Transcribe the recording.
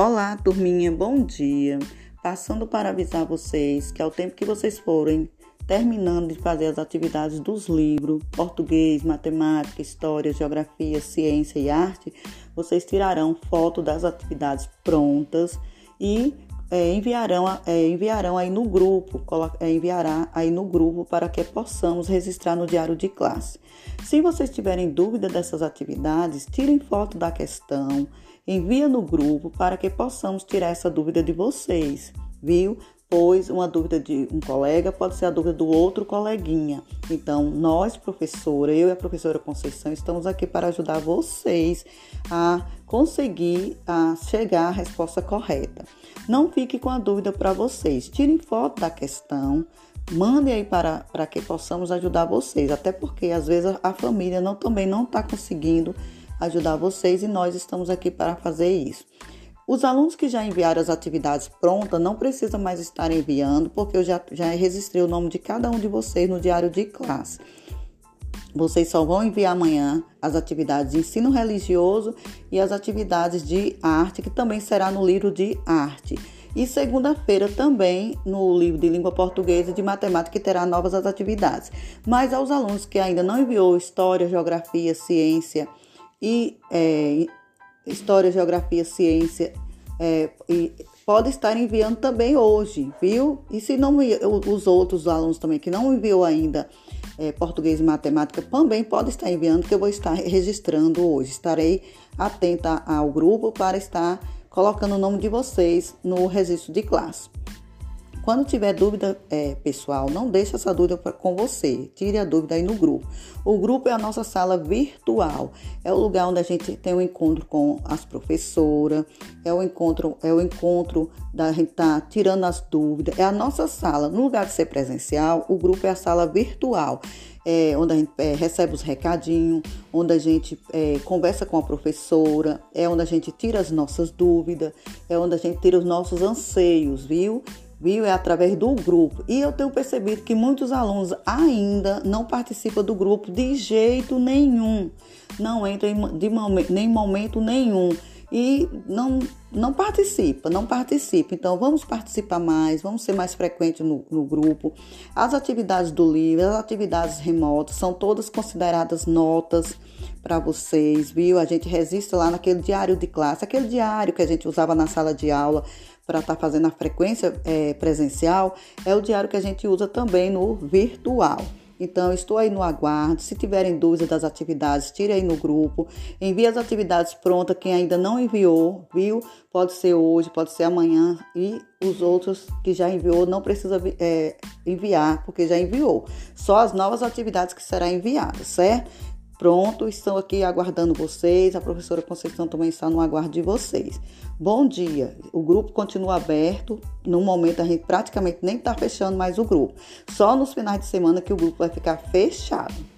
Olá, turminha, bom dia. Passando para avisar vocês que ao tempo que vocês forem terminando de fazer as atividades dos livros, português, matemática, história, geografia, ciência e arte, vocês tirarão foto das atividades prontas e enviarão aí no grupo, enviará aí no grupo para que possamos registrar no diário de classe. Se vocês tiverem dúvida dessas atividades, tirem foto da questão, envia no grupo para que possamos tirar essa dúvida de vocês, viu? Pois uma dúvida de um colega pode ser a dúvida do outro coleguinha. Então, nós, professora, eu e a professora Conceição, estamos aqui para ajudar vocês a conseguir chegar à resposta correta. Não fique com a dúvida para vocês. Tirem foto da questão, mandem aí para que possamos ajudar vocês. Até porque, às vezes, a família também não está conseguindo ajudar vocês e nós estamos aqui para fazer isso. Os alunos que já enviaram as atividades prontas não precisam mais estar enviando, porque eu já registrei o nome de cada um de vocês no diário de classe. Vocês só vão enviar amanhã as atividades de ensino religioso e as atividades de arte, que também será no livro de arte. E segunda-feira também no livro de língua portuguesa e de matemática, que terá novas as atividades. Mas aos alunos que ainda não enviou história, geografia, ciência e pode estar enviando também hoje, viu? E se não, os outros alunos também que não enviou ainda português e matemática, também pode estar enviando, que eu vou estar registrando hoje. Estarei atenta ao grupo para estar colocando o nome de vocês no registro de classe. Quando tiver dúvida, pessoal, não deixe essa dúvida com você. Tire a dúvida aí no grupo. O grupo é a nossa sala virtual. É o lugar onde a gente tem um encontro com as professoras. É o encontro da gente estar tirando as dúvidas. É a nossa sala. No lugar de ser presencial, o grupo é a sala virtual. Onde a gente recebe os recadinhos, onde a gente conversa com a professora, é onde a gente tira as nossas dúvidas, é onde a gente tira os nossos anseios, viu? É através do grupo. E eu tenho percebido que muitos alunos ainda não participam do grupo de jeito nenhum. Não entram em momento nenhum. E não participa. Então, vamos participar mais, vamos ser mais frequentes no grupo. As atividades do livro, as atividades remotas, são todas consideradas notas para vocês, viu? A gente registra lá naquele diário de classe, aquele diário que a gente usava na sala de aula para estar fazendo a frequência presencial, é o diário que a gente usa também no virtual. Então, estou aí no aguardo. Se tiverem dúvidas das atividades, tire aí no grupo. Envie as atividades prontas. Quem ainda não enviou, viu? Pode ser hoje, pode ser amanhã. E os outros que já enviou, não precisa enviar, porque já enviou. Só as novas atividades que serão enviadas, certo? Pronto, estou aqui aguardando vocês. A professora Conceição também está no aguardo de vocês. Bom dia. O grupo continua aberto. No momento, a gente praticamente nem está fechando mais o grupo. Só nos finais de semana que o grupo vai ficar fechado.